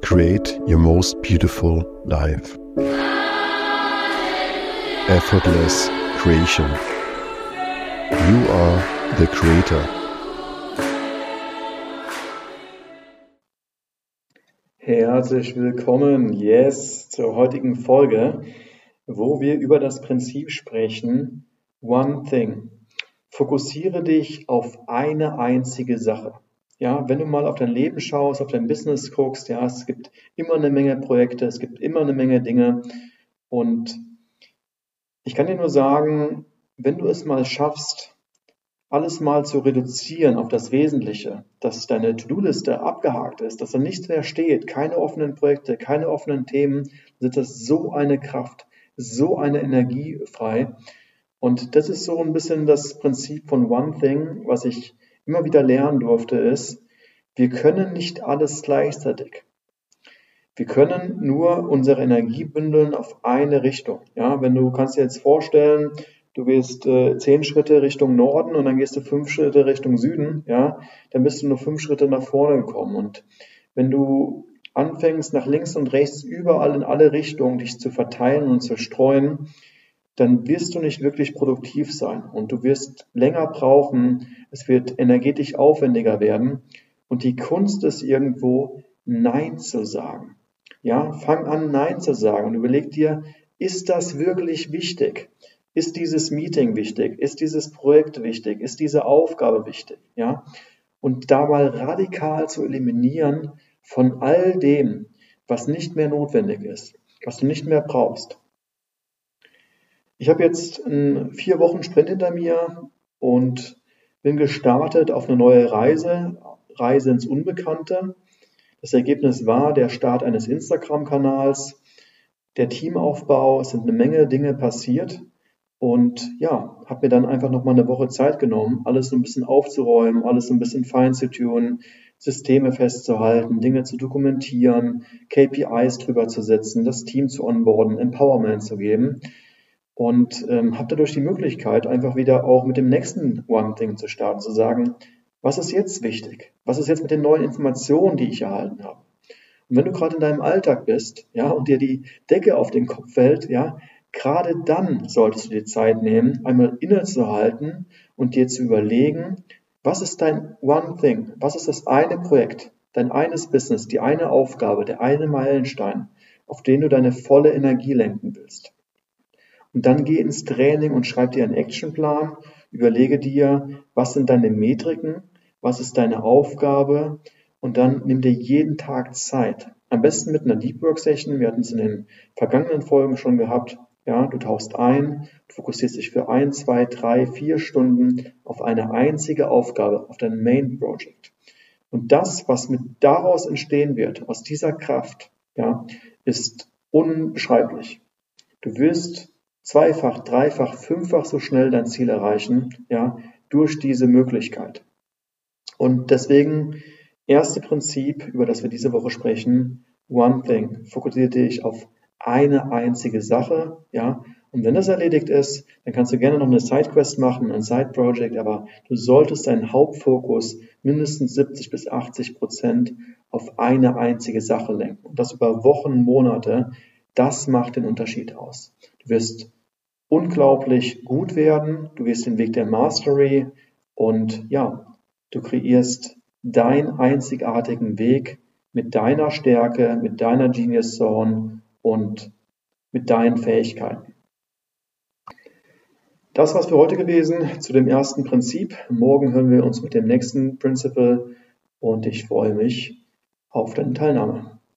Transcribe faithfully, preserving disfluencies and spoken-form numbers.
create your most beautiful life. Effortless creation. You are the creator. Herzlich willkommen, yes, zur heutigen Folge, wo wir über das Prinzip sprechen, One Thing. Fokussiere dich auf eine einzige Sache. Ja, wenn du mal auf dein Leben schaust, auf dein Business guckst, ja, es gibt immer eine Menge Projekte, es gibt immer eine Menge Dinge und ich kann dir nur sagen, wenn du es mal schaffst, alles mal zu reduzieren auf das Wesentliche, dass deine To-Do-Liste abgehakt ist, dass da nichts mehr steht, keine offenen Projekte, keine offenen Themen, dann ist das so eine Kraft, so eine Energie frei. Und das ist so ein bisschen das Prinzip von One Thing, was ich immer wieder lernen durfte, ist, wir können nicht alles gleichzeitig. Wir können nur unsere Energie bündeln auf eine Richtung. Ja, wenn du kannst dir jetzt vorstellen, du gehst äh, zehn Schritte Richtung Norden und dann gehst du fünf Schritte Richtung Süden, ja, dann bist du nur fünf Schritte nach vorne gekommen. Und wenn du anfängst, nach links und rechts überall in alle Richtungen dich zu verteilen und zu streuen, dann wirst du nicht wirklich produktiv sein und du wirst länger brauchen, es wird energetisch aufwendiger werden und die Kunst ist irgendwo, Nein zu sagen. Ja, fang an, Nein zu sagen und überleg dir, ist das wirklich wichtig? Ist dieses Meeting wichtig? Ist dieses Projekt wichtig? Ist diese Aufgabe wichtig? Ja, und da mal radikal zu eliminieren von all dem, was nicht mehr notwendig ist, was du nicht mehr brauchst. Ich habe jetzt einen vier Wochen Sprint hinter mir und bin gestartet auf eine neue Reise, Reise ins Unbekannte. Das Ergebnis war der Start eines Instagram-Kanals, der Teamaufbau, es sind eine Menge Dinge passiert und ja, habe mir dann einfach nochmal eine Woche Zeit genommen, alles so ein bisschen aufzuräumen, alles so ein bisschen fein zu tun, Systeme festzuhalten, Dinge zu dokumentieren, K P Is drüber zu setzen, das Team zu onboarden, Empowerment zu geben. Und ähm, habe dadurch die Möglichkeit, einfach wieder auch mit dem nächsten One Thing zu starten, zu sagen, was ist jetzt wichtig? Was ist jetzt mit den neuen Informationen, die ich erhalten habe? Und wenn du gerade in deinem Alltag bist, ja, und dir die Decke auf den Kopf fällt, ja, gerade dann solltest du dir Zeit nehmen, einmal innezuhalten und dir zu überlegen, was ist dein One Thing? Was ist das eine Projekt, dein eines Business, die eine Aufgabe, der eine Meilenstein, auf den du deine volle Energie lenken willst? Und dann geh ins Training und schreib dir einen Actionplan, überlege dir, was sind deine Metriken, was ist deine Aufgabe und dann nimm dir jeden Tag Zeit. Am besten mit einer Deep Work Session, wir hatten es in den vergangenen Folgen schon gehabt, ja, du tauchst ein, du fokussierst dich für ein, zwei, drei, vier Stunden auf eine einzige Aufgabe, auf dein Main Project. Und das, was mit daraus entstehen wird, aus dieser Kraft, ja, ist unbeschreiblich. Du wirst zweifach, dreifach, fünffach so schnell dein Ziel erreichen, ja, durch diese Möglichkeit. Und deswegen, erste Prinzip, über das wir diese Woche sprechen, One Thing. Fokussiere dich auf eine einzige Sache, ja. Und wenn das erledigt ist, dann kannst du gerne noch eine Sidequest machen, ein Side-Project, aber du solltest deinen Hauptfokus mindestens siebzig bis achtzig Prozent auf eine einzige Sache lenken. Und das über Wochen, Monate, das macht den Unterschied aus. Du wirst unglaublich gut werden, du wirst den Weg der Mastery und ja, du kreierst deinen einzigartigen Weg mit deiner Stärke, mit deiner Genius Zone und mit deinen Fähigkeiten. Das war's für heute gewesen zu dem ersten Prinzip. Morgen hören wir uns mit dem nächsten Principle und ich freue mich auf deine Teilnahme.